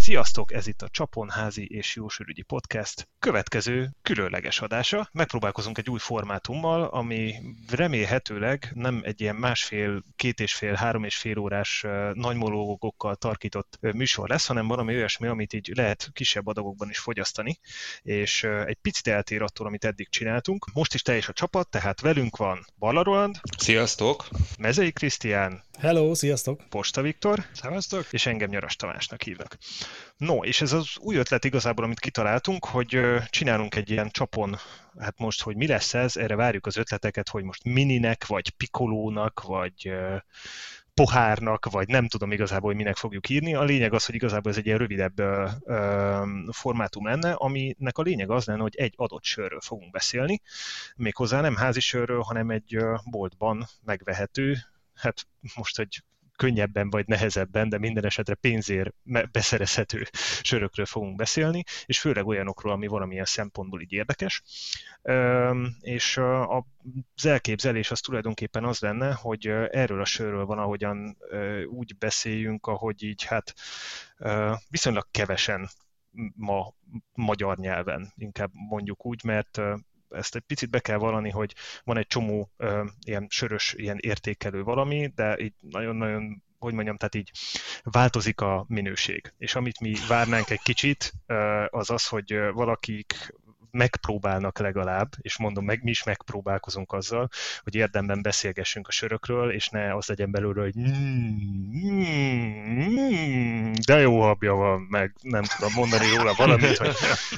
Sziasztok, ez itt a Csaponházi és Jósörügyi Podcast következő különleges adása. Megpróbálkozunk egy új formátummal, ami remélhetőleg nem egy ilyen másfél, 2,5-3,5 órás nagy monológokkal tarkított műsor lesz, hanem valami olyasmi, amit így lehet kisebb adagokban is fogyasztani, és egy picit eltér attól, amit eddig csináltunk. Most is teljes a csapat, tehát velünk van Balla Roland. Sziasztok! Mezei Krisztián. Hello, sziasztok! Posta Viktor. Szevasztok! És engem Nyaras Tamásnak hívnak. No, és ez az új ötlet igazából, amit kitaláltunk, hogy csinálunk egy ilyen csapon, hát most, hogy mi lesz ez, erre várjuk az ötleteket, hogy most mininek, vagy pikolónak, vagy pohárnak, vagy nem tudom igazából, hogy minek fogjuk írni. A lényeg az, hogy igazából ez egy ilyen rövidebb formátum lenne, aminek a lényeg az lenne, hogy egy adott sörről fogunk beszélni, méghozzá nem házi sörről, hanem egy boltban megvehető, hát most, hogy könnyebben vagy nehezebben, de minden esetre pénzért beszerezhető sörökről fogunk beszélni, és főleg olyanokról, ami valamilyen szempontból így érdekes. És az elképzelés az tulajdonképpen az lenne, hogy erről a sörről van, ahogyan úgy beszéljünk, ahogy így hát viszonylag kevesen ma magyar nyelven, inkább mondjuk úgy, mert ezt egy picit be kell vallani, hogy van egy csomó ilyen sörös, ilyen értékelő valami, de így nagyon-nagyon, hogy mondjam, tehát így változik a minőség. És amit mi várnánk egy kicsit, az az, hogy valakik megpróbálnak legalább, és mondom, mi is megpróbálkozunk azzal, hogy érdemben beszélgessünk a sörökről, és ne az legyen belőle, hogy de jó habja van, meg nem tudom mondani róla valamit, hogy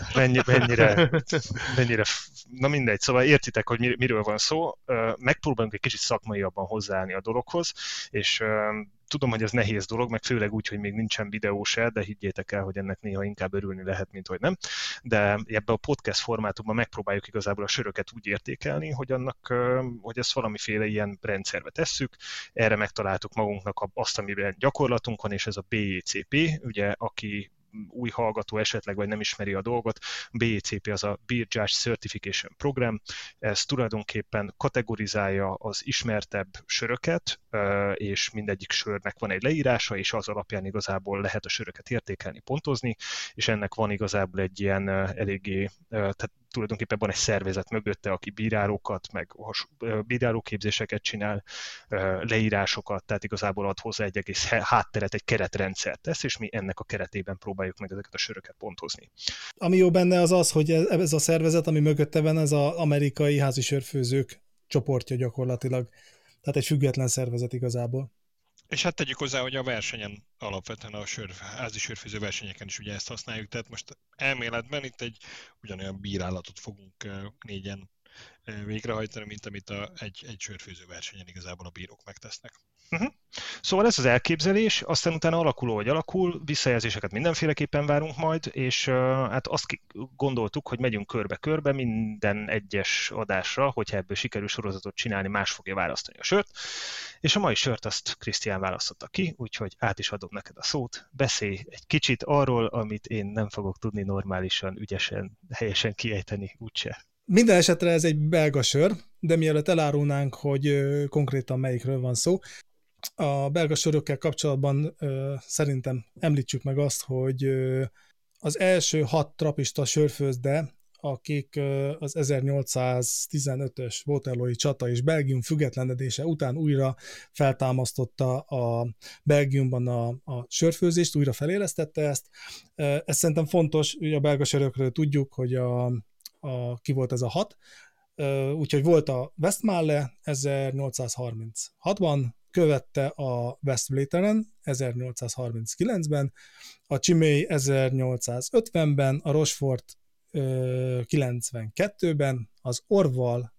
mennyire, na mindegy, szóval értitek, hogy miről van szó, megpróbálunk egy kicsit szakmaiabban hozzáállni a dologhoz, és tudom, hogy ez nehéz dolog, meg főleg úgy, hogy még nincsen videó se, de higgyétek el, hogy ennek néha inkább örülni lehet, mint hogy nem. De ebbe a podcast formátumban megpróbáljuk igazából a söröket úgy értékelni, hogy ezt valamiféle ilyen rendszerbe tesszük. Erre megtaláltuk magunknak azt, amiben gyakorlatunk van, és ez a BJCP, ugye, aki új hallgató esetleg, vagy nem ismeri a dolgot, BJCP az a Beer Judge Certification Program, ez tulajdonképpen kategorizálja az ismertebb söröket, és mindegyik sörnek van egy leírása, és az alapján igazából lehet a söröket értékelni, pontozni, és ennek van igazából egy ilyen eléggé, tehát tulajdonképpen van egy szervezet mögötte, aki bírálókat, meg bírálóképzéseket csinál, leírásokat, tehát igazából ad hozzá egy egész hátteret, egy keretrendszert tesz, és mi ennek a keretében próbáljuk meg ezeket a söröket pontozni. Ami jó benne az az, hogy ez a szervezet, ami mögötte van, ez az amerikai házi sörfőzők csoportja gyakorlatilag. Tehát egy független szervezet igazából. És hát tegyük hozzá, hogy a versenyen alapvetően a házi sörfőző versenyeken is ugye ezt használjuk, tehát most elméletben itt egy ugyanolyan bírálatot fogunk négyen végrehajtani, mint amit egy sörfőző versenyen igazából a bírók megtesznek. Uh-huh. Szóval ez az elképzelés, aztán utána alakul, ahogy alakul, visszajelzéseket mindenféleképpen várunk majd, és hát azt gondoltuk, hogy megyünk körbe-körbe minden egyes adásra, hogyha ebből sikerül sorozatot csinálni, más fogja választani a sört, és a mai sört azt Krisztián választotta ki, úgyhogy át is adom neked a szót, beszélj egy kicsit arról, amit én nem fogok tudni normálisan, ügyesen, helyesen kiejteni úgyse. Minden esetre ez egy belga sör, de mielőtt elárulnánk, hogy konkrétan melyikről van szó, a belga sörökkel kapcsolatban szerintem említsük meg azt, hogy az első 6 trapista sörfőzde, akik az 1815-ös Waterloo-i csata és Belgium függetlenedése után újra feltámasztotta a Belgiumban a sörfőzést, újra felélesztette ezt. Ez szerintem fontos, hogy a belga sörökről tudjuk, hogy ki volt ez a 6. Úgyhogy volt a Westmalle 1836-ban, követte a Westvleteren 1839-ben, a Chimay 1850-ben, a Rochefort 92-ben, az Orval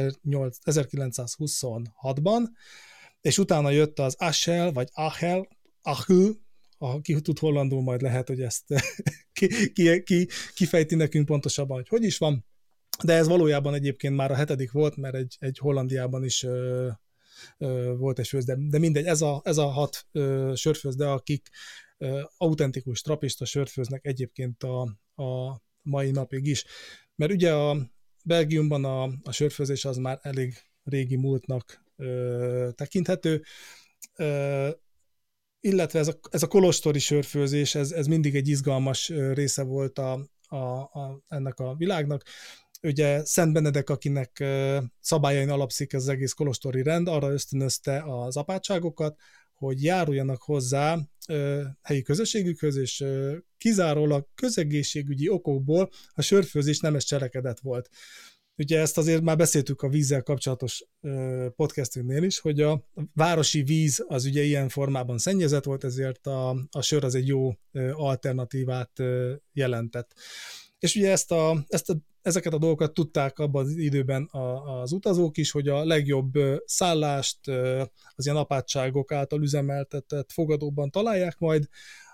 1926-ban, és utána jött az Achel, vagy Achel, aki tud hollandul, majd lehet, hogy ezt kifejti nekünk pontosabban, hogy is van. De ez valójában egyébként már a 7. volt, mert egy Hollandiában is volt egy főzde. De mindegy, ez a 6 sörfőzde, akik autentikus trapista sörfőznek egyébként a mai napig is. Mert ugye a Belgiumban a sörfőzés az már elég régi múltnak tekinthető, illetve ez a kolostori sörfőzés, ez mindig egy izgalmas része volt ennek a világnak. Ugye Szent Benedek, akinek szabályain alapszik ez az egész kolostori rend, arra ösztönözte az apátságokat, hogy járuljanak hozzá helyi közösségükhöz, és kizárólag közegészségügyi okokból a sörfőzés nemes cselekedet volt. Ugye ezt azért már beszéltük a vízzel kapcsolatos podcastünknél is, hogy a városi víz az ugye ilyen formában szennyezett volt, ezért a sör az egy jó alternatívát jelentett. És ugye ezeket a dolgokat tudták abban az időben az utazók is, hogy a legjobb szállást az ilyen apátságok által üzemeltetett fogadóban találják majd,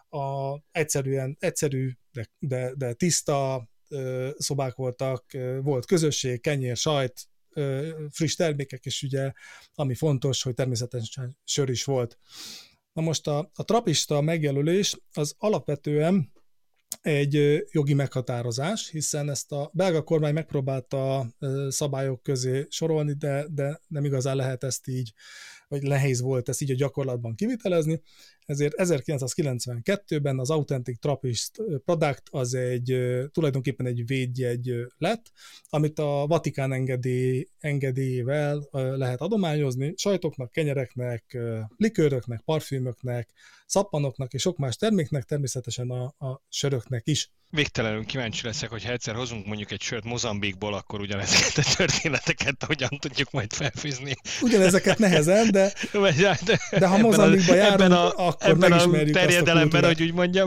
egyszerű, de tiszta szobák voltak, volt közösség, kenyér, sajt, friss termékek, és ugye ami fontos, hogy természetesen sör is volt. Na most a trappista megjelölés az alapvetően egy jogi meghatározás, hiszen ezt a belga kormány megpróbálta szabályok közé sorolni, de nem igazán lehet ezt így, vagy nehéz volt ezt így a gyakorlatban kivitelezni, ezért 1992-ben az Authentic Trappist Product az tulajdonképpen egy védjegy lett, amit a Vatikán engedélyével lehet adományozni sajtoknak, kenyereknek, likőröknek, parfümöknek, szappanoknak és sok más terméknek, természetesen a söröknek is. Végtelenül kíváncsi leszek, hogy ha egyszer hozunk mondjuk egy sört Mozambikból, akkor ugyanezeket a történeteket hogyan tudjuk majd felfűzni. Ugyanezeket nehezen, de ha Mozambikba járunk, akkor megismerjük azt a terjedelemben, hogy úgy mondjam.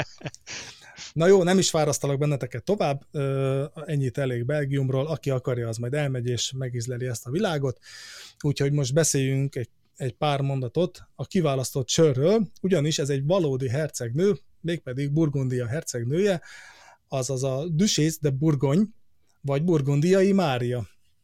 Na jó, nem is fárasztalak benneteket tovább, ennyit elég Belgiumról, aki akarja, az majd elmegy és megízleli ezt a világot. Úgyhogy most beszéljünk egy pár mondatot a kiválasztott sörről, ugyanis ez egy valódi hercegnő, mégpedig Burgundia hercegnője, azaz a Duchesse de Bourgogne, vagy burgundiai Mária.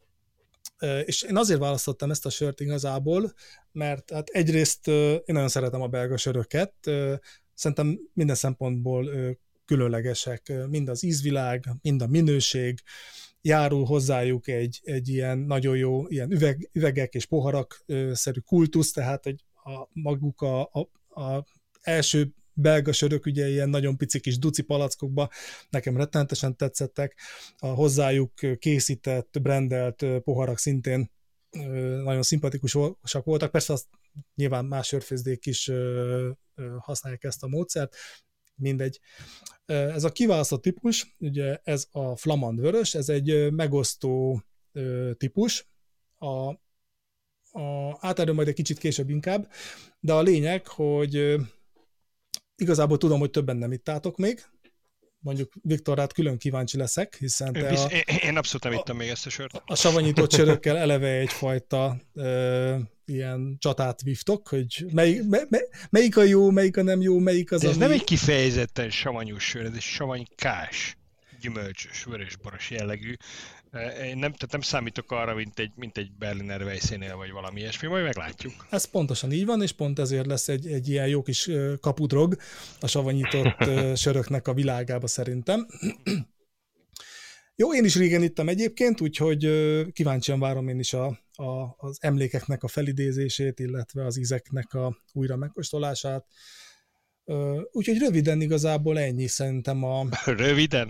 És én azért választottam ezt a sört igazából, mert hát egyrészt én nagyon szeretem a belga söröket, szerintem minden szempontból különlegesek, mind az ízvilág, mind a minőség, járul hozzájuk egy ilyen nagyon jó ilyen üvegek és poharak-szerű kultusz, tehát maguk a első belga sörök ugye ilyen nagyon pici kis duci palackokba, nekem rettenetesen tetszettek, a hozzájuk készített, brandelt poharak szintén nagyon szimpatikusak voltak, persze azt nyilván más sörfőzdék is használják ezt a módszert, mindegy. Ez a kiválasztott típus, ugye ez a flamand vörös, ez egy megosztó típus, áterről majd egy kicsit később inkább, de a lényeg, hogy igazából tudom, hogy többen nem ittátok még, mondjuk Viktor, rád külön kíváncsi leszek, hiszen te én abszolút nem ittam még ezt a sört. A savanyított sörökkel eleve egyfajta ilyen csatát vívtok, hogy melyik a jó, melyik a nem jó, melyik az, ez nem egy kifejezetten savanyú sör, ez egy savanykás, gyümölcsös, vörösboros jellegű. Én nem számítok arra, mint egy Berliner Weissénél, vagy valami ilyesmi, majd meglátjuk. Ez pontosan így van, és pont ezért lesz egy ilyen jó kis kapudrog a savanyított söröknek a világába szerintem. Jó, én is régen ittam egyébként, úgyhogy kíváncsian várom én is az emlékeknek a felidézését, illetve az ízeknek a újra megkóstolását. Úgyhogy röviden igazából ennyi szerintem Röviden?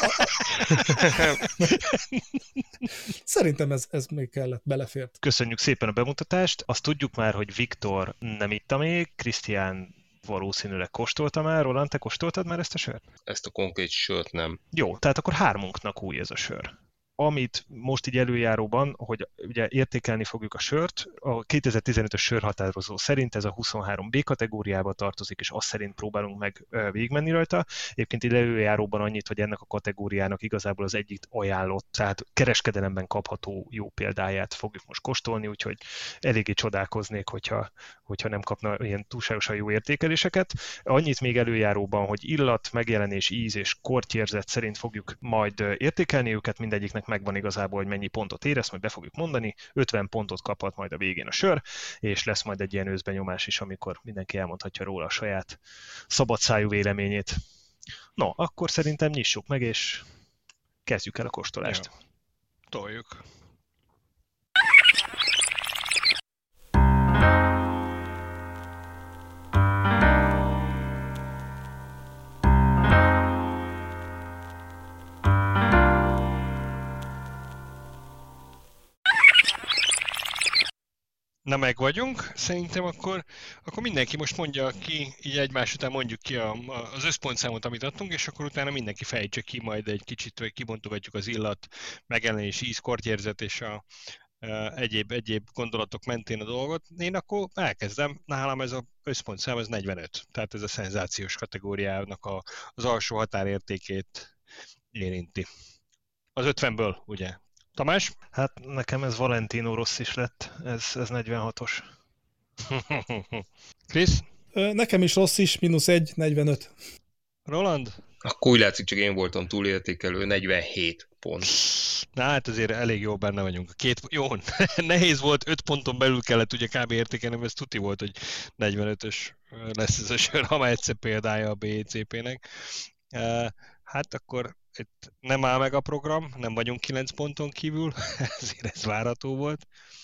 Szerintem ez még kellett, belefért. Köszönjük szépen a bemutatást. Azt tudjuk már, hogy Viktor nem itta még, Krisztián valószínűleg kóstolta már. Roland, te kóstoltad már ezt a sört? Ezt a konkrét sört nem. Jó, tehát akkor hármunknak új ez a sör. Amit most így előjáróban, hogy ugye értékelni fogjuk a sört, a 2015-ös sörhatározó szerint ez a 23B kategóriába tartozik, és azt szerint próbálunk meg végigmenni rajta. Egyébként így előjáróban annyit, hogy ennek a kategóriának igazából az egyik ajánlott, tehát kereskedelemben kapható jó példáját fogjuk most kóstolni, úgyhogy eléggé csodálkoznék, hogyha nem kapna ilyen túlságosan jó értékeléseket. Annyit még előjáróban, hogy illat, megjelenés, íz és kortyérzet szerint fogjuk majd értékelni őket, mindegyiknek megvan igazából, hogy mennyi pontot érez, majd be fogjuk mondani, 50 pontot kaphat majd a végén a sör, és lesz majd egy ilyen őszbenyomás is, amikor mindenki elmondhatja róla a saját szabadszájú véleményét. No, akkor szerintem nyissuk meg, és kezdjük el a kóstolást. Jó. Toljuk. Na meg vagyunk, szerintem akkor mindenki most mondja ki, így egymás után mondjuk ki az összpontszámot, amit adtunk, és akkor utána mindenki fejtse ki, majd egy kicsit kibontogatjuk az illat, megjelenési íz, kortyérzet és egyéb gondolatok mentén a dolgot. Én akkor elkezdem, nálam ez az összpontszám, ez 45, tehát ez a szenzációs kategóriának az alsó határértékét érinti. Az 50-ből, ugye? Tamás? Hát nekem ez Valentino Rossi is lett, ez 46-os. Krisz? Nekem is rossz is, -1, 45. Roland? Akkor úgy látszik, csak én voltam túlértékelő, 47 pont. Na hát azért elég jó benne vagyunk. Jó, nehéz volt, 5 ponton belül kellett ugye kb. Értékelni, mert ez tuti volt, hogy 45-ös lesz ez a sör, ha már egyszer példája a BCP-nek. Hát akkor itt nem áll meg a program, nem vagyunk 9 ponton kívül, ezért ez várható volt.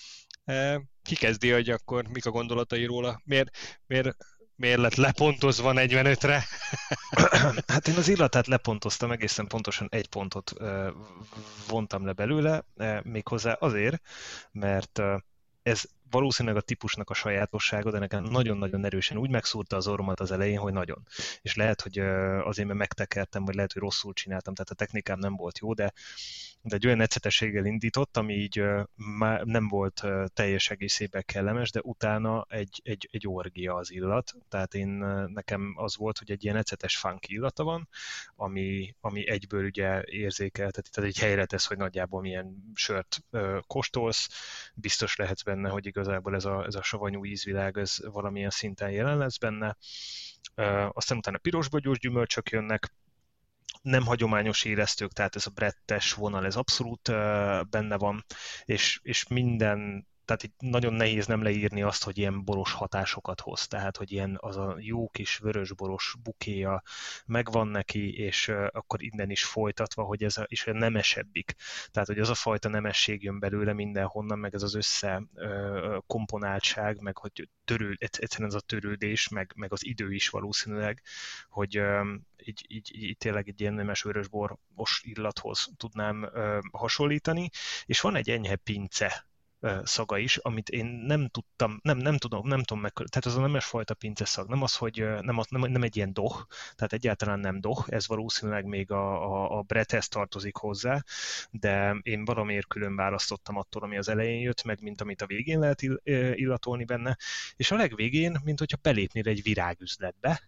Ki kezdi, hogy akkor mik a gondolatai róla? Miért lett lepontozva 45-re? Hát én az illatát lepontoztam, egészen pontosan 1 pontot vontam le belőle, méghozzá azért, mert ez valószínűleg a típusnak a sajátossága, de nekem nagyon-nagyon erősen úgy megszúrta az orromat az elején, hogy nagyon. És lehet, hogy azért, mert megtekertem, vagy lehet, hogy rosszul csináltam, tehát a technikám nem volt jó, de egy olyan ecetességgel indított, ami így már nem volt teljes egészében kellemes, de utána egy orgia az illat. Tehát nekem az volt, hogy egy ilyen ecetes funk illata van, ami egyből ugye érzékelteti, tehát egy helyre tesz, hogy nagyjából milyen sört kóstolsz, biztos lehetsz benne, hogy igazából ez a savanyú ízvilág ez valamilyen szinten jelen lesz benne. Aztán utána pirosbogyós gyümölcsök jönnek, nem hagyományos éreztők, tehát ez a brettes vonal, ez abszolút benne van, és minden, tehát itt nagyon nehéz nem leírni azt, hogy ilyen boros hatásokat hoz, tehát hogy ilyen az a jó kis vörösboros bukéja megvan neki, és akkor innen is folytatva, hogy ez is olyan nemesebbik. Tehát, hogy az a fajta nemesség jön belőle mindenhonnan, meg ez az összekomponáltság, meg hogy egyszerűen ez a törődés, meg az idő is valószínűleg, hogy így tényleg egy ilyen nemes vörösboros illathoz tudnám hasonlítani, és van egy enyhe pince szaga is, amit én nem tudom meg, tehát az a nemes fajta pince szag, nem az, hogy nem egy ilyen doh, tehát egyáltalán nem doh, ez valószínűleg még a brethez tartozik hozzá, de én valamiért külön választottam attól, ami az elején jött meg, mint amit a végén lehet illatolni benne, és a legvégén, mint hogyha belépnél egy virágüzletbe,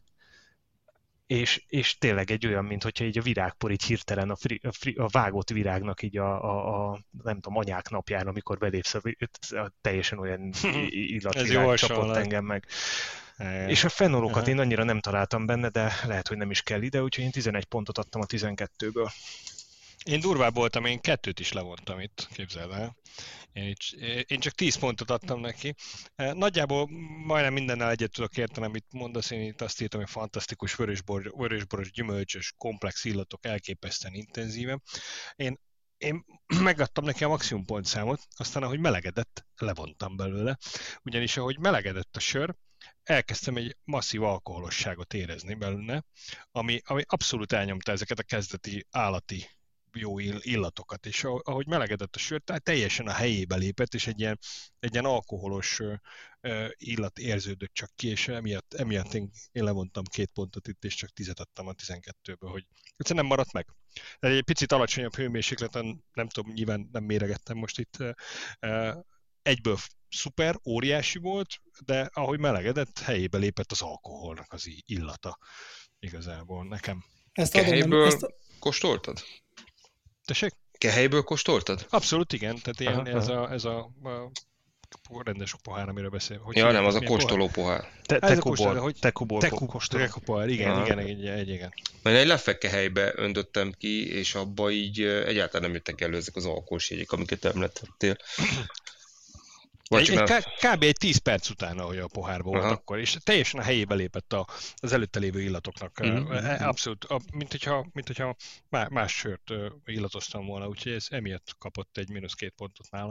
és tényleg egy olyan, mint hogyha így a virágpor így hirtelen a vágott virágnak így a nem tudom, anyák napján, amikor belépsz, teljesen olyan illatvilág csapott engem meg. És a fenolokat én annyira nem találtam benne, de lehet, hogy nem is kell ide, úgyhogy én 11 pontot adtam a 12-ből. Én durvább voltam, én 2-t is levontam itt, képzeld el. Én csak 10 pontot adtam neki. Nagyjából majdnem mindennel egyet tudok érteni, amit mondasz, én itt azt írtam, hogy fantasztikus vörösboros, gyümölcsös, komplex illatok, elképesztően intenzíven. Én megadtam neki a maximum pontszámot, aztán ahogy melegedett, levontam belőle. Ugyanis ahogy melegedett a sör, elkezdtem egy masszív alkoholosságot érezni belőle, ami abszolút elnyomta ezeket a kezdeti állati jó illatokat, és ahogy melegedett a sör, tehát teljesen a helyébe lépett, és egy ilyen alkoholos illat érződött csak ki, és emiatt én levontam 2 pontot itt, és csak 10 adtam a 12-ből, hogy egyszerűen nem maradt meg. Egy picit alacsonyabb hőmérsékleten, nem tudom, nyilván nem méregettem most itt, egyből szuper, óriási volt, de ahogy melegedett, helyébe lépett az alkoholnak az illata igazából nekem. Kehelyből kóstoltad? Tessék? Kehelyből kóstoltad? Abszolút igen, tehát ilyen ez a rendes pohár, amiről beszél. Ja, nem, az a kóstoló pohár. Tekubor, igen. Mert egy lefekke helybe öntöttem ki, és abba így egyáltalán nem jöttek elő ezek az alkoholségek, amiket említettél. Kb. egy 10 perc utána, hogy a pohárba volt akkor, és teljesen a helyébe lépett az előtte lévő illatoknak. Abszolút, mint hogyha más sört illatoztam volna, úgyhogy ez emiatt kapott egy -2 pontot nálam.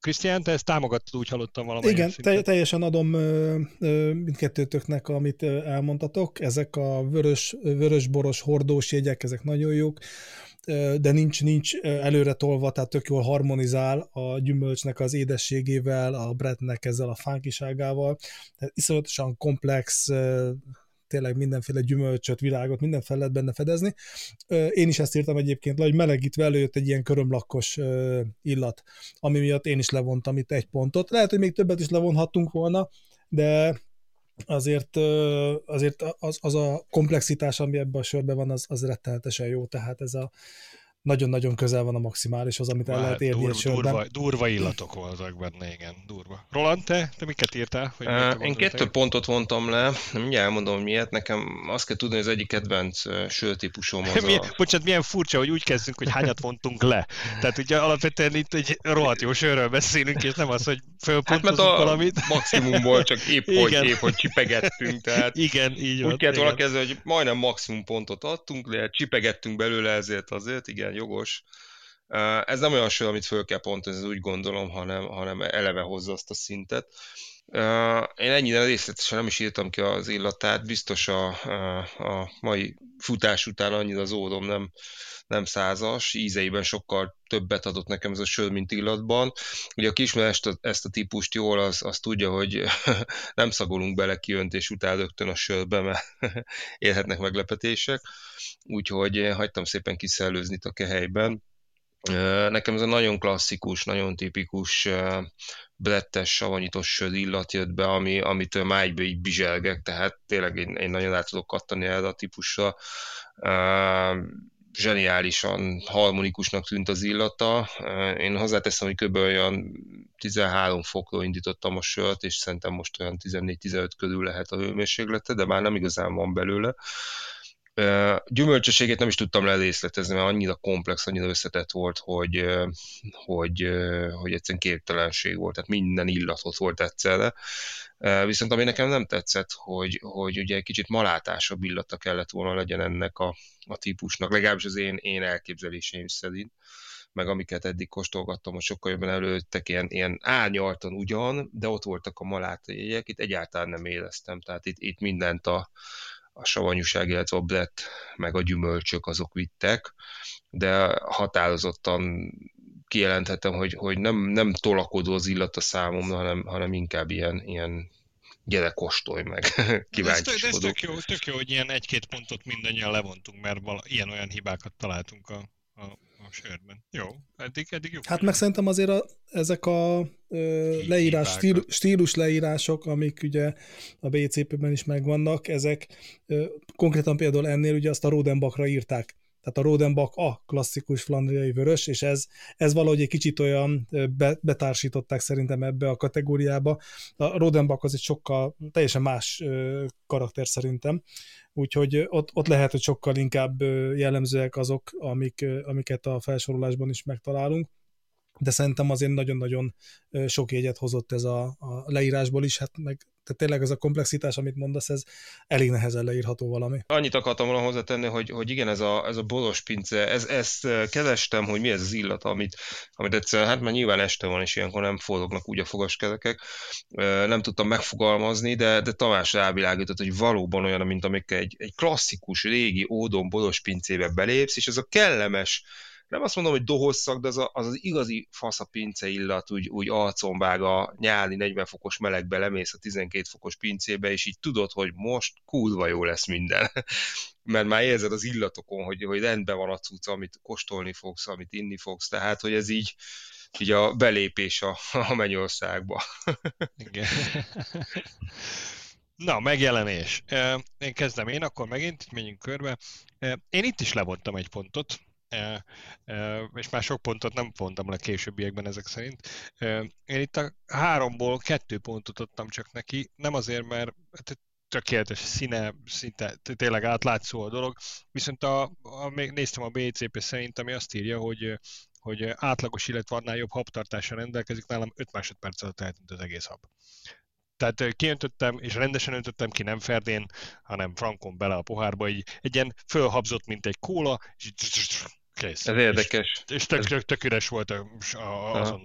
Krisztián, te ezt támogattad, úgy hallottam valamelyik Igen, szinten. teljesen adom mindkettőtöknek, amit elmondtatok. Ezek a vörös-boros hordós jegyek, ezek nagyon jók, de nincs előre tolva, tehát tök jól harmonizál a gyümölcsnek az édességével, a breadnek ezzel a fánkiságával. Tehát iszonyatosan komplex, tényleg mindenféle gyümölcsöt, virágot, minden fel lehet benne fedezni. Én is ezt írtam egyébként, hogy melegítve előjött egy ilyen körömlakkos illat, ami miatt én is levontam itt 1 pontot. Lehet, hogy még többet is levonhattunk volna, de azért az a komplexitás, ami ebben a sörben van, az rettenetesen jó, tehát ez a nagyon-nagyon közel van a maximálishoz, amit el lehet érni egy sörben. Durva illatok voltak benne, igen, durva. Roland, te miket írtál? Én 2 pontot vontam le, mindjárt elmondom miért. Nekem azt kell tudni, hogy az egyik kedvenc sörtípusom az Bocsánat, milyen furcsa, hogy úgy kezdünk, hogy hányat vontunk le. Tehát ugye alapvetően itt egy rohadt jó sörről beszélünk, és nem az, hogy fölpontozunk valamit. Maximumból csak épp hogy csipegettünk. Tehát igen, így van. Úgy kellett volna kezdeni, hogy majdnem maximum pontot adtunk, de csipegettünk belőle azért, igen, jogos. Ez nem olyan sor, amit föl kell pontozni, úgy gondolom, hanem eleve hozza azt a szintet. Én ennyire részletesen nem is írtam ki az illatát, biztos a mai futás után annyira az ódom nem 100-as, ízeiben sokkal többet adott nekem ez a sör, mint illatban. Ugye aki ismer ezt a típust jól, az tudja, hogy nem szagolunk bele kiöntés után rögtön a sörbe, mert érhetnek meglepetések. Úgyhogy hagytam szépen kiszellőzni itt a kehelyben. Nekem ez a nagyon klasszikus, nagyon tipikus brettes, savanyítos sör illat jött be, amitől májba így bizselgek, tehát tényleg én nagyon át tudok kattani erre a típusra. Zseniálisan harmonikusnak tűnt az illata. Én hozzáteszem, hogy kb. Olyan 13 fokról indítottam a sört, és szerintem most olyan 14-15 körül lehet a hőmérséklete, de már nem igazán van belőle. Gyümölcsösségét nem is tudtam lerészletezni, mert annyira komplex, annyira összetett volt, hogy egyszerűen képtelenség volt, tehát minden illatot volt egyszerre. Viszont ami nekem nem tetszett, hogy ugye egy kicsit malátásabb illata kellett volna legyen ennek a típusnak, legalábbis az én elképzeléseim szerint, meg amiket eddig kóstolgattam, hogy sokkal jobban előttek ilyen árnyaltan ugyan, de ott voltak a maláta jegyek, itt egyáltalán nem éreztem, tehát itt mindent a savanyúság, illetve a brett, meg a gyümölcsök azok vittek, de határozottan kijelenthetem, hogy nem tolakodó az illat a számomra, hanem inkább ilyen gyere kóstolj meg, kíváncsiskodok. Ez tök jó, hogy ilyen 1-2 pontot mindannyian levontunk, mert ilyen-olyan hibákat találtunk a sörben. Jó, eddig jó. Hát meg szerintem azért ezek a stílus leírások, amik ugye a BCP-ben is megvannak, ezek konkrétan például ennél ugye azt a Rodenbachra írták. Tehát a Rodenbach a klasszikus flandriai vörös, és ez valahogy egy kicsit olyan betársították szerintem ebbe a kategóriába. A Rodenbach az egy sokkal teljesen más karakter szerintem, úgyhogy ott lehet, hogy sokkal inkább jellemzőek azok, amiket a felsorolásban is megtalálunk, de szerintem azért nagyon-nagyon sok jegyet hozott ez a leírásból is, hát meg tehát tényleg ez a komplexitás, amit mondasz, ez elég nehezen leírható valami. Annyit akartam volna hozzátenni, hogy igen, ez a boros pince, ezt kerestem, hogy mi ez az illat, amit egyszer, hát már nyilván este van, és ilyenkor nem forognak úgy a fogaskerekek, nem tudtam megfogalmazni, de Tamás rávilágított, hogy valóban olyan, mint amikor egy klasszikus, régi ódon boros pincébe belépsz, és ez a kellemes, nem azt mondom, hogy dohosszak, de az igazi fasz a pince illat, úgy arcon vág a nyári 40 fokos melegbe, lemész a 12 fokos pincébe, és így tudod, hogy most kurva jó lesz minden. Mert már érzed az illatokon, hogy rendben van a cucc, amit kóstolni fogsz, amit inni fogsz, tehát, hogy ez így a belépés a mennyországba. Igen. Na, megjelenés. Én kezdem akkor megint, itt menjünk körbe. Én itt is levontam 1 pontot, és már sok pontot nem vontam le későbbiekben ezek szerint. Én itt a 3-ból 2 pontot adtam csak neki, nem azért, mert tökéletes színe, szinte tényleg átlátszó a dolog, viszont még néztem a BCP szerint, ami azt írja, hogy átlagos, illetve annál jobb habtartással rendelkezik, nálam 5 másodperc alatt eltűnt az egész hab. Tehát kiöntöttem, és rendesen öntöttem ki, nem ferdén, hanem frankon bele a pohárba, így egy ilyen fölhabzott, mint egy kóla, és kész. Ez érdekes. És tök üres volt azonnal.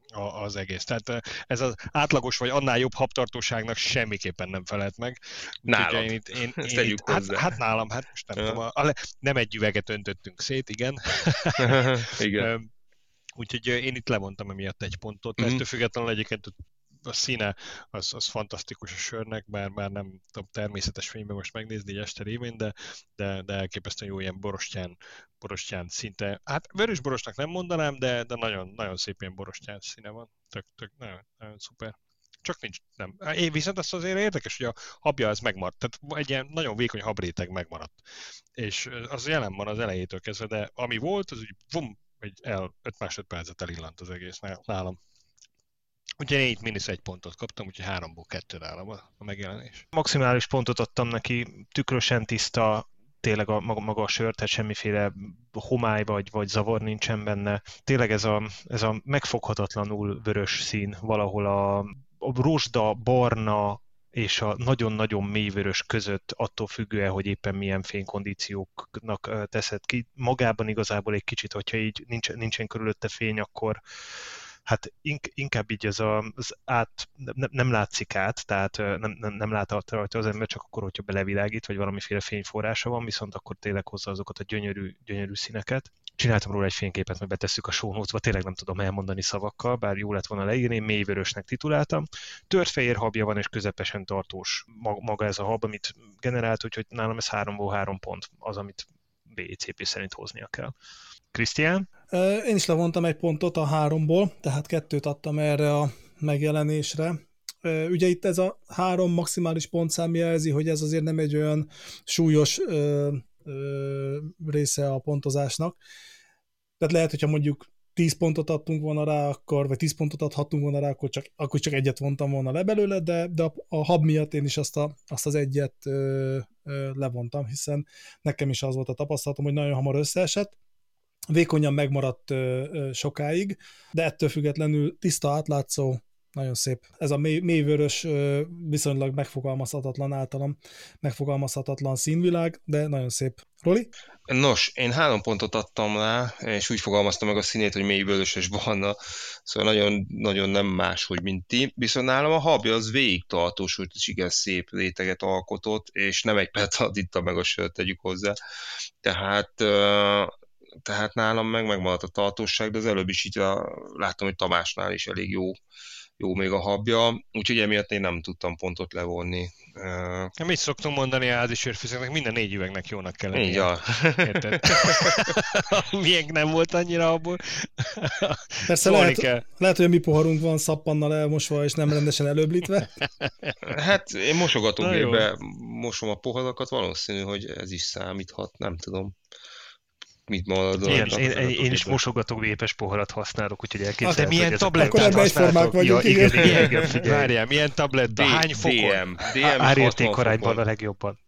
az egész. Tehát ez az átlagos vagy annál jobb habtartóságnak semmiképpen nem felelt meg. Nálad. Ezt tegyük hozzá. Hát nálam, hát most nem tudom. Nem egy üveget öntöttünk szét, igen. Igen. Úgyhogy én itt levontam emiatt egy pontot. Ettől függetlenül egyébként a színe az fantasztikus a sörnek, bár nem tudom természetes fényben most megnézni így este révén, de elképesztően jó ilyen borostyán szinte. Hát vörös borosnak nem mondanám, de nagyon, nagyon szép ilyen borostyán színe van. Tök nagyon, nagyon szuper. Csak nincs, nem. Én viszont azt azért érdekes, hogy a habja az megmaradt. Tehát egy ilyen nagyon vékony habréteg megmaradt. És az jelen van az elejétől kezdve, de ami volt, az úgy 5 másodpercet elillant az egész nálam. Úgyhogy én itt mínusz 1 pontot kaptam, úgyhogy 3-ból 2 nálam a megjelenés. Maximális pontot adtam neki, tükrösen tiszta, tényleg maga a sör, tehát semmiféle homály vagy zavar nincsen benne. Tényleg ez a megfoghatatlanul vörös szín, valahol a rozsda, barna és a nagyon-nagyon mélyvörös között, attól függően, hogy éppen milyen fénykondícióknak teszed ki. Magában igazából egy kicsit, hogyha így nincsen körülötte fény, akkor hát inkább így nem látszik át, tehát nem lát rajta az ember, csak akkor, hogyha belevilágít, vagy valamiféle fényforrása van, viszont akkor tényleg hozza azokat a gyönyörű színeket. Csináltam róla egy fényképet, mert betesszük a show notes-ba, tényleg nem tudom elmondani szavakkal, bár jó lett volna leírni, én mélyvörösnek tituláltam. Tört fehér habja van, és közepesen tartós maga ez a hab, amit generált, úgyhogy nálam ez 3-ból 3 pont az, amit BCP szerint hoznia kell. Krisztián? Én is levontam 1 pontot a 3-ból, tehát 2 adtam erre a megjelenésre. Ugye itt ez a 3 maximális pontszám jelzi, hogy ez azért nem egy olyan súlyos része a pontozásnak. Tehát lehet, hogyha mondjuk 10 pontot adtunk volna rá, vagy 10 pontot adhattunk volna rá, akkor csak 1-et vontam volna le belőle, de a hab miatt én is azt az 1-et levontam, hiszen nekem is az volt a tapasztalatom, hogy nagyon hamar összeesett. Vékonyan megmaradt sokáig, de ettől függetlenül tiszta, átlátszó, nagyon szép. Ez a mélyvörös, viszonylag megfogalmazhatatlan színvilág, de nagyon szép. Roli? Nos, én 3 pontot adtam rá, és úgy fogalmaztam meg a színét, hogy mélyvöröses barna, szóval nagyon, nagyon nem máshogy, mint ti. Viszont nálam a habja az végig tartós, hogy igen szép réteget alkotott, és nem egy perc alatt itta meg a sört, tegyük hozzá. Tehát nálam megmaradt a tartóság, de az előbb is így láttam, hogy Tamásnál is elég jó még a habja, úgyhogy emiatt én nem tudtam pontot levonni. Mit szoktunk mondani a házi sörfőzőknek? Minden 4 üvegnek jónak kell lennie. Így van. Érted? Miénk nem volt annyira abból. Persze lehet, hogy a mi poharunk van szappannal elmosva, és nem rendesen előblítve. Hát én mosogatógépbe mosom a poharakat, valószínű, hogy ez is számíthat, nem tudom. Mit maradol? Én is mosogatógépes poharat használok, úgyhogy elképzelhető, de milyen tablettát használtok? Vagyunk, igen. Várjál, milyen tabletta? Hány fokon? DM árértékarányban a legjobban.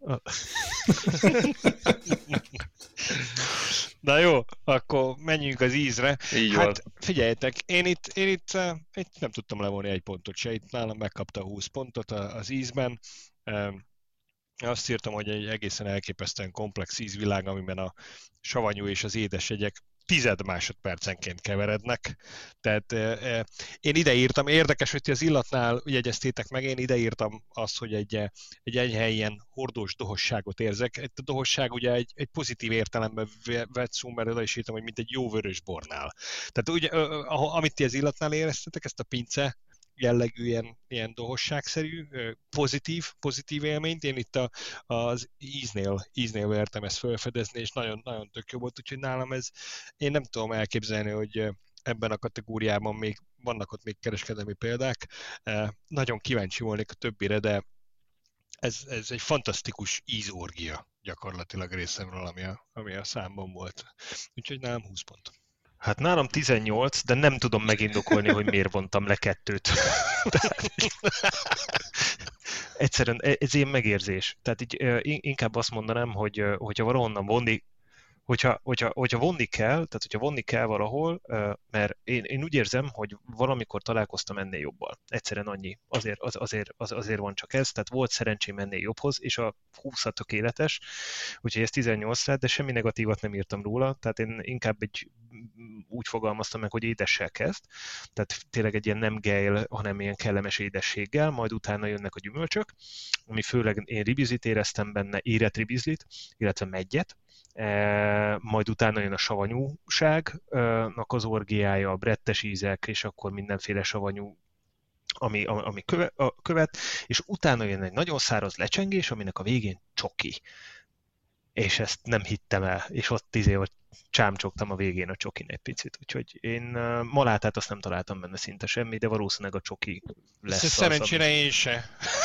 Na jó, akkor menjünk az ízre. Így hát van. Figyeljetek, én itt nem tudtam levonni 1 pontot se, itt nálam megkapta 20 pontot az ízben. Azt írtam, hogy egy egészen elképesztően komplex ízvilág, amiben a savanyú és az édesjegyek 10 másodpercenként keverednek. Tehát én ide írtam, érdekes, hogy ti az illatnál jegyeztétek meg, én ide írtam azt, hogy egy enyhe ilyen hordós dohosságot érzek. A dohosság ugye egy pozitív értelemben vett szó, mert oda is írtam, hogy mint egy jó vörös bornál. Tehát ugye, amit ti az illatnál éreztetek, ezt a pince jellegű ilyen dohosságszerű, pozitív élményt. Én itt az íznél vertem ezt felfedezni, és nagyon, nagyon tök jó volt, úgyhogy nálam én nem tudom elképzelni, hogy ebben a kategóriában még vannak ott még kereskedelmi példák. Nagyon kíváncsi volnék a többire, de ez egy fantasztikus ízorgia gyakorlatilag részemről, ami a számban volt. Úgyhogy nálam 20 pont. Hát nálam 18, de nem tudom megindokolni, hogy miért vontam le 2-t. Egyszerűen ez ilyen megérzés. Tehát így inkább azt mondanám, hogyha valahonnan vonni, hogyha vonni kell, tehát hogyha vonni kell valahol, mert én úgy érzem, hogy valamikor találkoztam ennél jobbal. Egyszerűen annyi. Azért van csak ez, tehát volt szerencsém ennél jobbhoz, és a 20 tökéletes, úgyhogy ez 18 lett, de semmi negatívat nem írtam róla, tehát én inkább úgy fogalmaztam meg, hogy édessel kezd, tehát tényleg egy ilyen nem gejl, hanem ilyen kellemes édességgel, majd utána jönnek a gyümölcsök, ami főleg én ribizlit éreztem benne, érett ribizlit, illetve meggyet, majd utána jön a savanyúságnak az orgiája, a brettes ízek, és akkor mindenféle savanyú, ami követ, és utána jön egy nagyon száraz lecsengés, aminek a végén csoki. És ezt nem hittem el, és ott csámcsogtam a végén a csokin egy picit, úgyhogy én malátát azt nem találtam benne szinte semmi, de valószínűleg a csoki lesz. Ez szerencsére én se.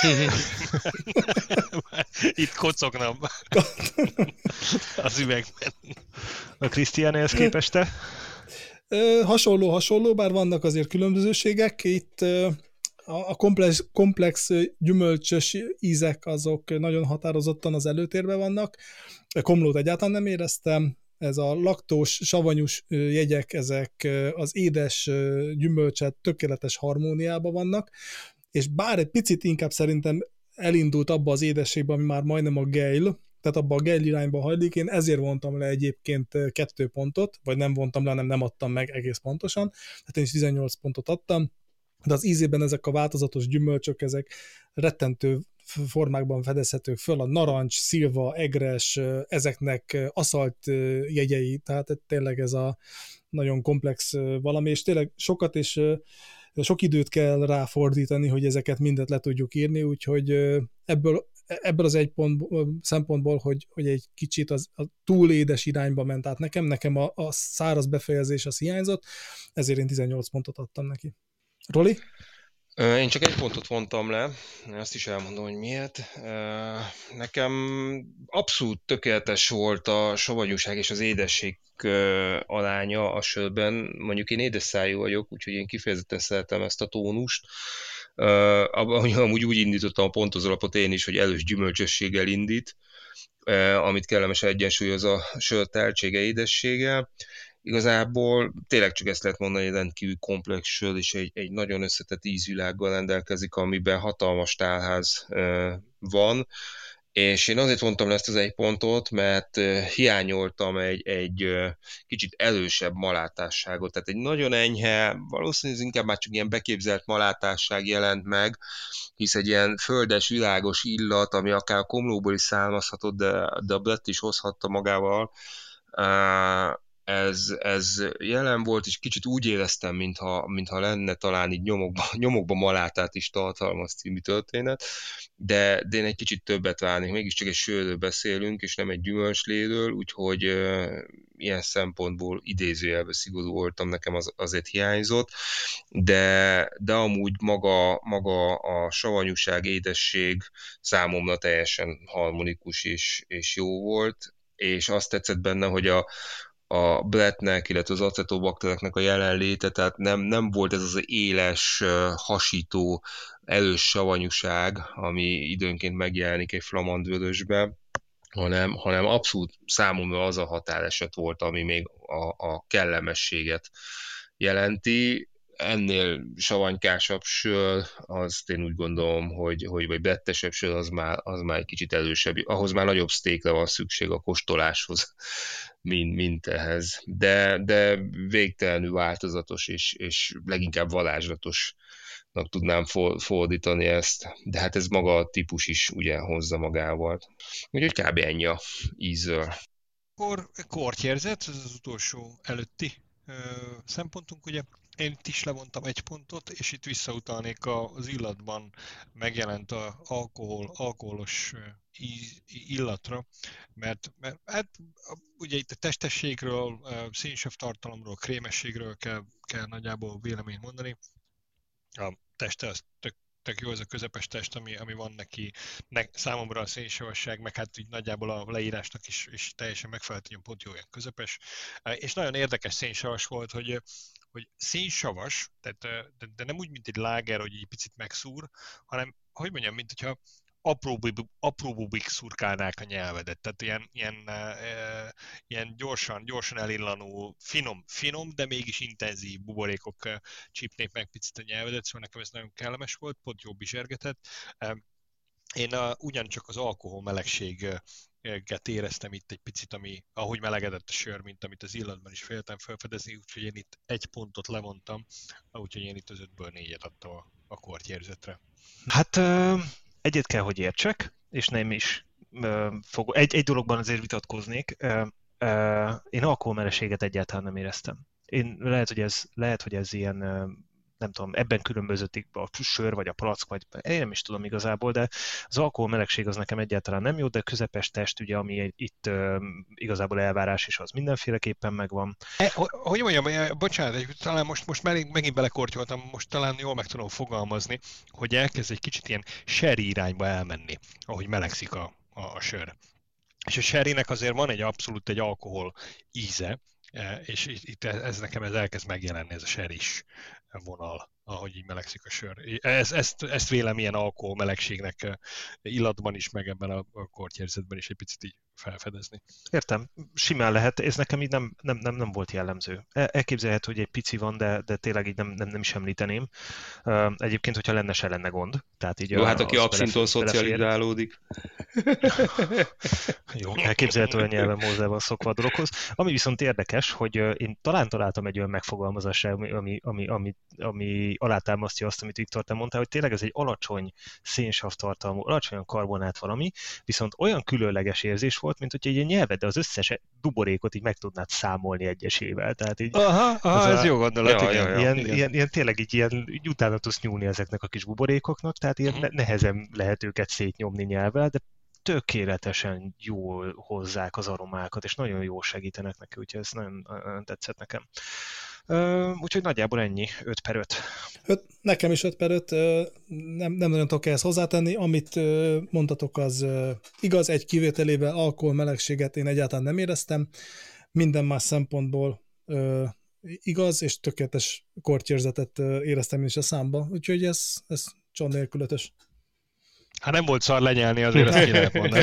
Itt kocognom az üvegben. A Krisztián ehhez képest te? Hasonló, bár vannak azért különbözőségek. Itt a komplex gyümölcsös ízek azok nagyon határozottan az előtérben vannak. Komlót egyáltalán nem éreztem. Ez a laktós, savanyús jegyek, ezek az édes gyümölcset tökéletes harmóniában vannak, és bár egy picit inkább szerintem elindult abba az édességbe, ami már majdnem a gejl, tehát abba a gejl irányba hajlik, én ezért vontam le egyébként 2 pontot, vagy nem vontam le, hanem nem adtam meg egész pontosan, tehát én is 18 pontot adtam, de az ízében ezek a változatos gyümölcsök, ezek rettentő formákban fedezhetők föl, a narancs, szilva, egres, ezeknek aszalt jegyei, tehát tényleg ez a nagyon komplex valami, és tényleg sokat és sok időt kell ráfordítani, hogy ezeket mindet le tudjuk írni, úgyhogy ebből az egy szempontból, hogy egy kicsit a túl édes irányba ment át nekem a száraz befejezés az hiányzott, ezért én 18 pontot adtam neki. Roli? Én csak egy pontot vontam le, azt is elmondom, hogy miért. Nekem abszolút tökéletes volt a savanyúság és az édesség aránya a sörben. Mondjuk én édes szájú vagyok, úgyhogy én kifejezetten szeretem ezt a tónust. Amúgy úgy indítottam a pontozólapot én is, hogy elős gyümölcsösséggel indít, amit kellemesen egyensúlyoz a sör teltsége, édessége. Igazából tényleg csak ezt lehet mondani, hogy rendkívül komplex sör, és egy nagyon összetett ízvilággal rendelkezik, amiben hatalmas tálház van, és én azért vontam le ezt az egy pontot, mert hiányoltam egy kicsit erősebb malátásságot, tehát egy nagyon enyhe, valószínűleg inkább már csak ilyen beképzelt malátásság jelent meg, hisz egy ilyen földes, világos illat, ami akár a komlóból is származhatott, de a Brett is hozhatta magával, ez jelen volt, és kicsit úgy éreztem, mintha lenne talán így nyomokba malátát is tartalmaz című történet, de én egy kicsit többet várnék, mégiscsak egy sörről beszélünk, és nem egy gyümölcsléről, úgyhogy ilyen szempontból idézőjelben szigorú voltam, nekem azért hiányzott, de amúgy maga a savanyúság, édesség számomra teljesen harmonikus és jó volt, és azt tetszett benne, hogy a Brettnek, illetve az acetobaktereknek a jelenléte, tehát nem volt ez az éles, hasító, erős savanyúság, ami időnként megjelenik egy flamand vörösbe, hanem abszolút számomra az a határeset volt, ami még a kellemességet jelenti. Ennél savanykásabb sör, azt én úgy gondolom, vagy brettesebb sör, az már egy kicsit erősebb. Ahhoz már nagyobb sztékre van szükség a kóstoláshoz, mint ehhez. De végtelenül változatos, és leginkább varázslatosnak tudnám fordítani ezt. De hát ez maga a típus is ugye hozza magával. Úgyhogy kb. Ennyi a ízről. Kortyérzet, ez az utolsó előtti szempontunk, ugye. Én itt is levontam 1 pontot, és itt visszautalnék az illatban megjelent alkoholos illatra, mert hát ugye itt a testességről, szénsav tartalomról, krémességről kell nagyjából véleményt mondani. A teste az tök jó, ez a közepes test, ami van neki. Számomra a szénsavasság, meg hát így nagyjából a leírásnak is teljesen megfelelt, hogy pont jó, olyan közepes. És nagyon érdekes szénsavas volt, hogy szénsavas, de nem úgy, mint egy láger, hogy egy picit megszúr, hanem, hogy mondjam, mint hogyha apró bubik szurkálnák a nyelvedet. Tehát ilyen gyorsan elillanó, finom, de mégis intenzív buborékok csípnék meg picit a nyelvedet, szóval nekem ez nagyon kellemes volt, pont jó bizsergetett. Én ugyancsak az alkohol melegséget éreztem itt egy picit, ahogy melegedett a sör, mint amit az illatban is féltem felfedezni, úgyhogy én itt 1 pontot levontam, úgyhogy én itt az 5-ből 4-et adtam a kortyérzetre. Hát egyet kell, hogy értsek, és nem is fog. Egy dologban azért vitatkoznék. Én alkoholmelegséget egyáltalán nem éreztem. Lehet, hogy ez ilyen, nem tudom, ebben különböződik a sör, vagy a palack, vagy én nem is tudom igazából, de az alkoholmelegség az nekem egyáltalán nem jó, de közepes test, ugye, ami itt igazából elvárás is, az mindenféleképpen megvan. Hogy mondjam, bocsánat, talán most megint belekortyoltam, most talán jól meg tudom fogalmazni, hogy elkezd egy kicsit ilyen sherry irányba elmenni, ahogy melegszik a sör. És a sherrynek azért van egy abszolút egy alkohol íze, és itt ez nekem elkezd megjelenni, ez a sherrys vonal, ahogy így melegszik a sör. Ezt vélem ilyen alkohol melegségnek illatban is, meg ebben a kortyérzetben is egy picit így felfedezni. Értem, simán lehet, ez nekem így nem volt jellemző. Elképzelhető, hogy egy pici van, de tényleg így nem is említeném. Egyébként, hogyha lenne, se lenne gond. Tehát így jó, hát aki abszintól szocializálódik. Jó, elképzelhető, hogy nyelven hozzá van szokva a dologhoz. Ami viszont érdekes, hogy én találtam egy olyan megfogalmazást, ami alátámasztja azt, amit Viktor, te mondtál, hogy tényleg ez egy alacsony szénsavtartalmú, alacsonyan karbonát valami, viszont olyan különleges érzés volt, mint hogy egy nyelved, de az összes buborékot így meg tudnád számolni egyesével. Tehát így, ez jó gondolat, igen. Ilyen tényleg így ilyen utána tudsz nyúlni ezeknek a kis buborékoknak, tehát ilyen nehezen lehet őket szétnyomni nyelvvel, de tökéletesen jól hozzák az aromákat, és nagyon jól segítenek neki, úgyhogy ez nagyon tetszett nekem. Úgyhogy nagyjából ennyi, 5/5. Nekem is 5/5, nem nagyon tudok ehhez hozzátenni, amit mondtatok az igaz, egy kivételével alkoholmelegséget én egyáltalán nem éreztem, minden más szempontból igaz, és tökéletes kortyérzetet éreztem én is a számba, úgyhogy ez John nélkülötös. Hát nem volt szar lenyelni, azért ezt ki lehet mondani.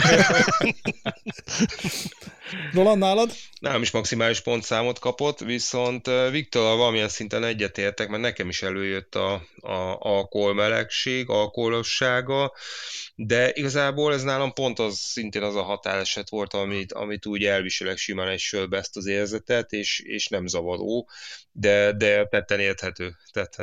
Roland, nálad? Nálam is maximális pontszámot kapott, viszont Viktorral valamilyen szinten egyetértek, mert nekem is előjött a alkoholmelegség, alkoholossága, de igazából ez nálam pont szintén az a határeset volt, amit úgy elviselek simán egy sörbe ezt az érzetet, és nem zavaró, de tetten érthető.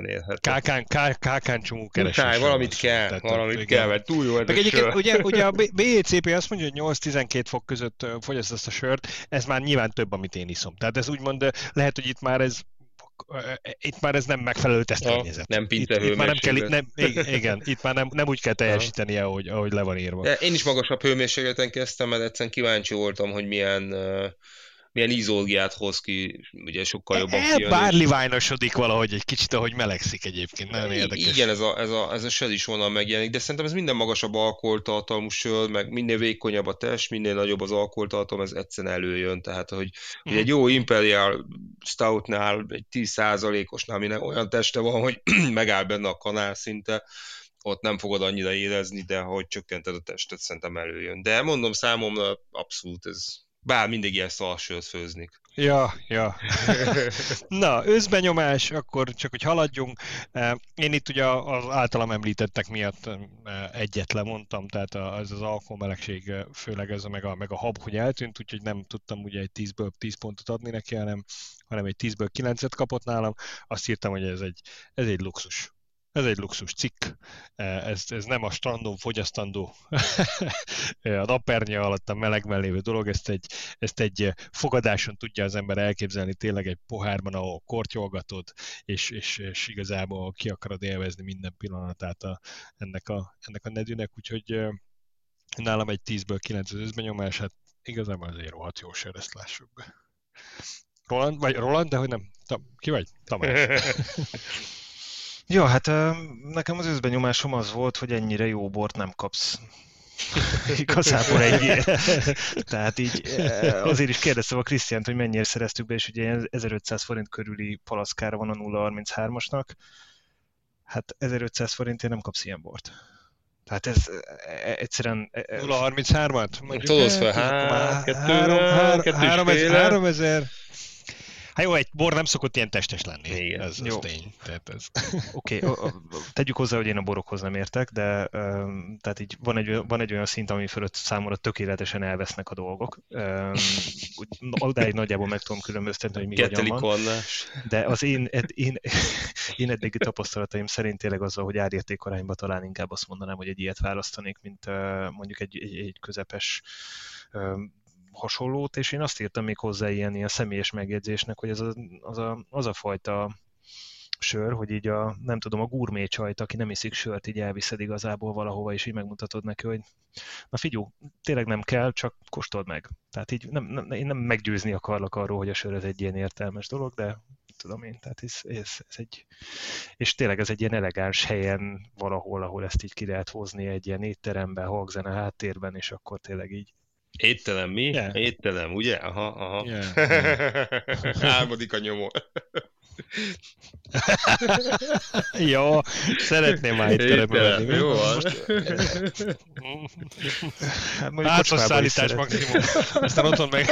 Kákán csomó keresés. Valamit kell, mert túl jó ez meg a egyébként sör. ugye a BJCP azt mondja, hogy 8-12 fok között fogyaszt ezt a sört, ez már nyilván több, amit én iszom. Tehát ez úgymond, lehet, hogy itt már ez nem megfelelő tesztkörnyezet. Nem itt már nem kell, igen, itt már nem úgy kell teljesítenie, ahogy le van írva. De én is magasabb hőmérsékleten kezdtem, mert egyszerűen kíváncsi voltam, hogy milyen ízolgiát hoz ki, ugye sokkal jobban kijön. Elbárliványosodik valahogy egy kicsit, ahogy melegszik egyébként, nagyon érdekes. Igen, ez a sör is onnan megjelenik, de szerintem ez minden magasabb alkoholtartalmú sör, meg minél vékonyabb a test, minél nagyobb az alkoholtartalom, ez egyszerűen előjön, tehát hogy egy jó Imperial Stoutnál, egy 10%-osnál, aminek olyan teste van, hogy megáll benne a kanál szinte, ott nem fogod annyira érezni, de ahogy csökkented a testet, szerintem előjön. De mondom, számomra abszolút ez... Bár mindig ilyen szarsört főznik. Ja. Na, összbenyomás, akkor csak hogy haladjunk. Én itt ugye az általam említettek miatt egyet lemondtam, tehát az alkoholmelegség, főleg ez meg a hab, hogy eltűnt, úgyhogy nem tudtam ugye egy 10-ből 10 pontot adni neki, hanem egy 10-ből 9-et kapott nálam. Azt írtam, hogy ez egy luxus. Ez egy luxus cikk, ez nem a strandon fogyasztandó a napernyő alatt a melegben lévő dolog, ezt egy fogadáson tudja az ember elképzelni, tényleg egy pohárban, ahol kortyolgatod, és igazából ki akarod élvezni minden pillanatát ennek a nedűnek, úgyhogy nálam egy 10-ből 9 az összbenyomás, hát igazából azért rohadt jó sör, ezt lássuk be. Roland, de hogy nem, ki vagy? Tamás. Ja, hát nekem az összbenyomásom az volt, hogy ennyire jó bort nem kapsz. Igazából ennyi. Tehát így azért is kérdeztem a Krisztiánt, hogy mennyire szereztük be, és ugye 1500 forint körüli palaszkára van a 0,33-asnak. Hát 1500 forintért nem kapsz ilyen bort. Tehát ez egyszerűen... 0,33-at? Tudod fel, 3000. Hát jó, egy bor nem szokott ilyen testes lenni. Igen. Ez tény. Oké, tegyük hozzá, hogy én a borokhoz nem értek, de tehát így van egy olyan szint, ami fölött számomra tökéletesen elvesznek a dolgok. Odáig nagyjából meg tudom különböztetni, hogy mi hogyan van. De az én eddigi tapasztalataim szerint tényleg azzal, hogy árérték arányban talán inkább azt mondanám, hogy egy ilyet választanik, mint mondjuk egy közepes hasonlót, és én azt írtam még hozzá ilyen személyes megjegyzésnek, hogy ez az a fajta sör, hogy így nem tudom, a gurmé csajt, aki nem iszik sört, így elviszed igazából valahova, és így megmutatod neki, hogy na figyú, tényleg nem kell, csak kóstold meg. Tehát így én nem meggyőzni akarlak arról, hogy a sör ez egy ilyen értelmes dolog, de tudom én, tehát ez egy... És tényleg ez egy ilyen elegáns helyen valahol, ahol ezt így ki lehet hozni egy ilyen étteremben, hangzene háttérben, és akkor tényleg így Étterem mi? Yeah. Étterem, ugye? Aha. Yeah. Álmodik a nyomó. Jó, szeretném már étterembe menni. Jó van. Házhozszállítás maximum. Aztán otthon meg.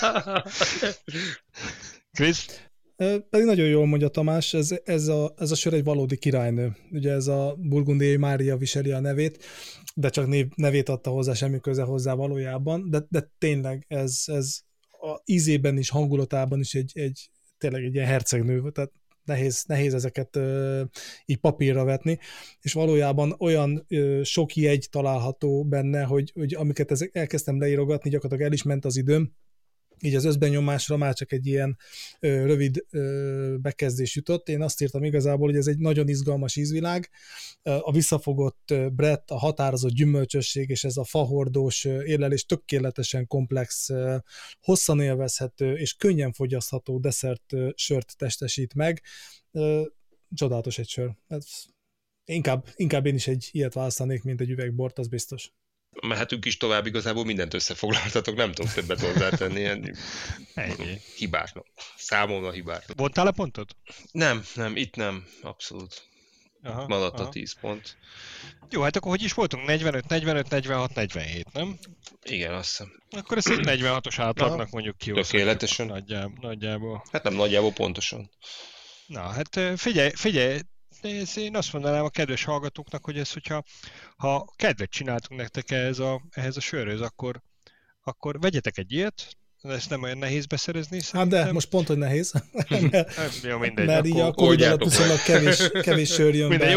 Krisz? Pedig nagyon jól mondja Tamás, ez a sör egy valódi királynő. Ugye ez a Burgundiai Mária viseli a nevét, de csak nevét adta hozzá, semmi köze hozzá valójában, de tényleg ez a ízében is, hangulatában is tényleg egy ilyen hercegnő, tehát nehéz ezeket így papírra vetni, és valójában olyan sok jegy található benne, hogy amiket elkezdtem leírogatni, gyakorlatilag el is ment az időm, így az összbenyomásra már csak egy ilyen rövid bekezdés jutott. Én azt írtam igazából, hogy ez egy nagyon izgalmas ízvilág. A visszafogott brett, a határozott gyümölcsösség és ez a fahordós érlelés tökéletesen komplex, hosszan élvezhető és könnyen fogyasztható desszert sört testesít meg. Csodálatos egy sör. Inkább én is egy ilyet választanék, mint egy üvegbort, az biztos. Mehetünk is tovább, igazából mindent összefoglaltatok, nem tudok többet hozzátenni. Ennyi. Hibátlan. Számomra hibátlan. Vontál a pontot? Nem, itt nem, abszolút. Maradt a 10 pont. Jó, hát akkor hogy is voltunk? 45, 46, 47, nem? Igen, azt hiszem. Akkor ezt egy 46-os átlagnak mondjuk kihozhatjuk. Tökéletesen. Nagyjából. Hát nem nagyjából pontosan. Na, hát figyelj, én azt mondanám a kedves hallgatóknak, hogy ha kedvet csináltunk nektek ehhez a sörhöz, akkor vegyetek egy ilyet, ezt nem olyan nehéz beszerezni. Hát de, most pont, hogy nehéz. Jó, mindegy. Mert így a Covid alatt viszonylag kevés sör jön mindegy, be.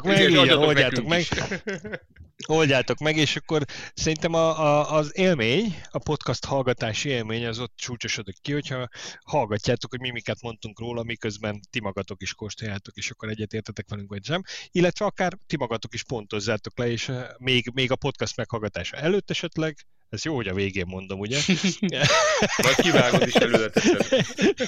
Oldjátok meg, és akkor szerintem az élmény, a podcast hallgatási élmény az ott csúcsosodik ki, hogyha hallgatjátok, hogy mi miket mondtunk róla, miközben ti magatok is kóstoljátok, és akkor egyetértetek velünk, vagy sem. Illetve akár ti magatok is pontozzátok le, és még a podcast meghallgatása előtt esetleg, ez jó, hogy a végén mondom, ugye? Majd kivágod is előletesen.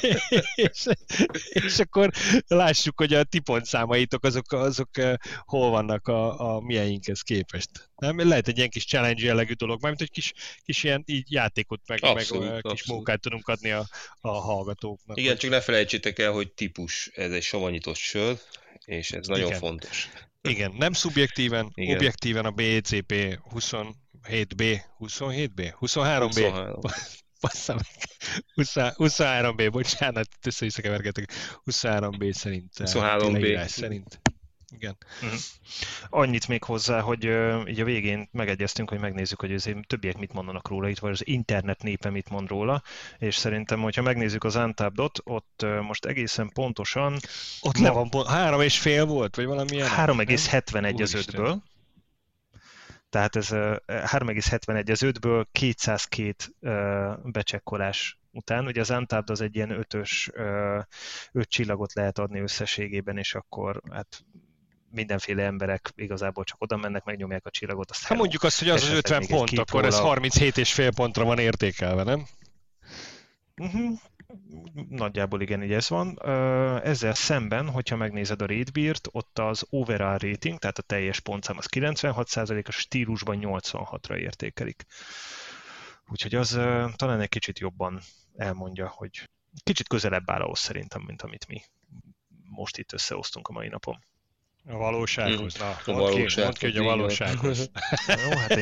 és akkor lássuk, hogy a ti pontszámaitok azok hol vannak a mieinkhez képest. Nem? Lehet egy ilyen kis challenge jellegű dolog, mármint egy kis ilyen így játékot, meg kis munkát tudunk adni a hallgatóknak. Igen, csak ne felejtsétek el, hogy típus, ez egy savanyított sör, és ez nagyon fontos. Igen, nem szubjektíven, igen. Objektíven a BCP 27B, 23B. Bassza meg. 23B, bocsánat, össze-vissza kevergetek. 23B szerint. 23B. Szerint. Igen. Annyit még hozzá, hogy így a végén megegyeztünk, hogy megnézzük, hogy azért többiek mit mondanak róla itt, vagy az internet népe mit mond róla, és szerintem, hogyha megnézzük az Untappdot, ott most egészen pontosan... Ott le van, 3,5 volt, vagy valamilyen? 3,71 az 5-ből. Tehát ez 3,71 az 5-ből 202 becsekkolás után. Ugye az Untappd az egy ilyen 5 csillagot lehet adni összességében, és akkor hát mindenféle emberek igazából csak oda mennek, megnyomják a csillagot. Hát mondjuk azt, hogy az 50 pont, akkor ez 37,5 pontra van értékelve, nem? Nagyjából igen, így ez van. Ezzel szemben, hogyha megnézed a RateBeert, ott az overall rating, tehát a teljes pontszám az 96%, a stílusban 86-ra értékelik. Úgyhogy az talán egy kicsit jobban elmondja, hogy kicsit közelebb áll ahhoz szerintem, mint amit mi most itt összehoztunk a mai napon. A valósághoz. Na, mondd ki, hogy a így van. valósághoz. Jó, hát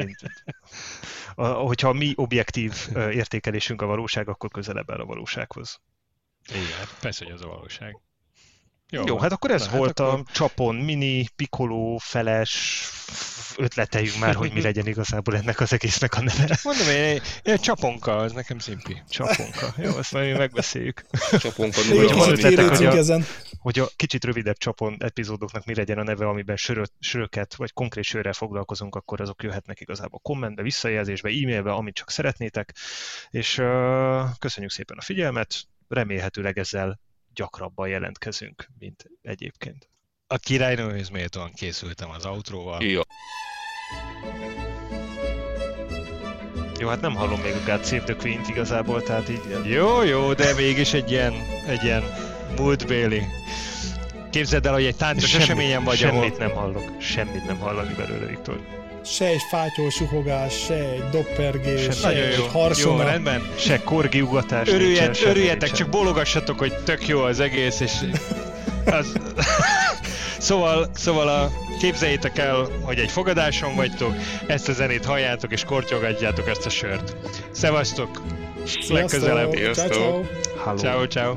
hogyha mi objektív értékelésünk a valóság, akkor közelebb áll a valósághoz. Igen, persze, hogy az a valóság. Jó, hát akkor ez volt akkor... a csapon mini, pikoló, feles ötleteljünk már, hogy mi legyen igazából ennek az egésznek a neve. Mondom, én csaponka, az nekem szimpi. Csaponka. Jó, azt majd mi megbeszéljük. Csaponka hogy a kicsit rövidebb csapon epizódoknak mi legyen a neve, amiben söröket vagy konkrét sörrel foglalkozunk, akkor azok jöhetnek igazából kommentbe, visszajelzésbe, e-mailbe, amit csak szeretnétek. És köszönjük szépen a figyelmet, remélhetőleg ezzel gyakrabban jelentkezünk, mint egyébként. A királynőhöz méltóan készültem az outróval. Jó. Jó, hát nem hallom még a God Save the Queen-t igazából, tehát így... Jó, de mégis egy ilyen múltbéli. Képzeld el, hogy egy táncos eseményen vagy, semmit nem hallok. Semmit nem hallani belőle, Viktor. Se egy fátyol suhogás, se egy doppergés, se egy jó, harsona. Jó, rendben. Se korgiugatás. Örüljetek, csak bólogassatok, hogy tök jó az egész, és az... Szóval képzeljétek el, hogy egy fogadáson vagytok, ezt a zenét halljátok, és kortyogatjátok ezt a sört. Szevasztok! Legközelebb. Ciao. Ciao.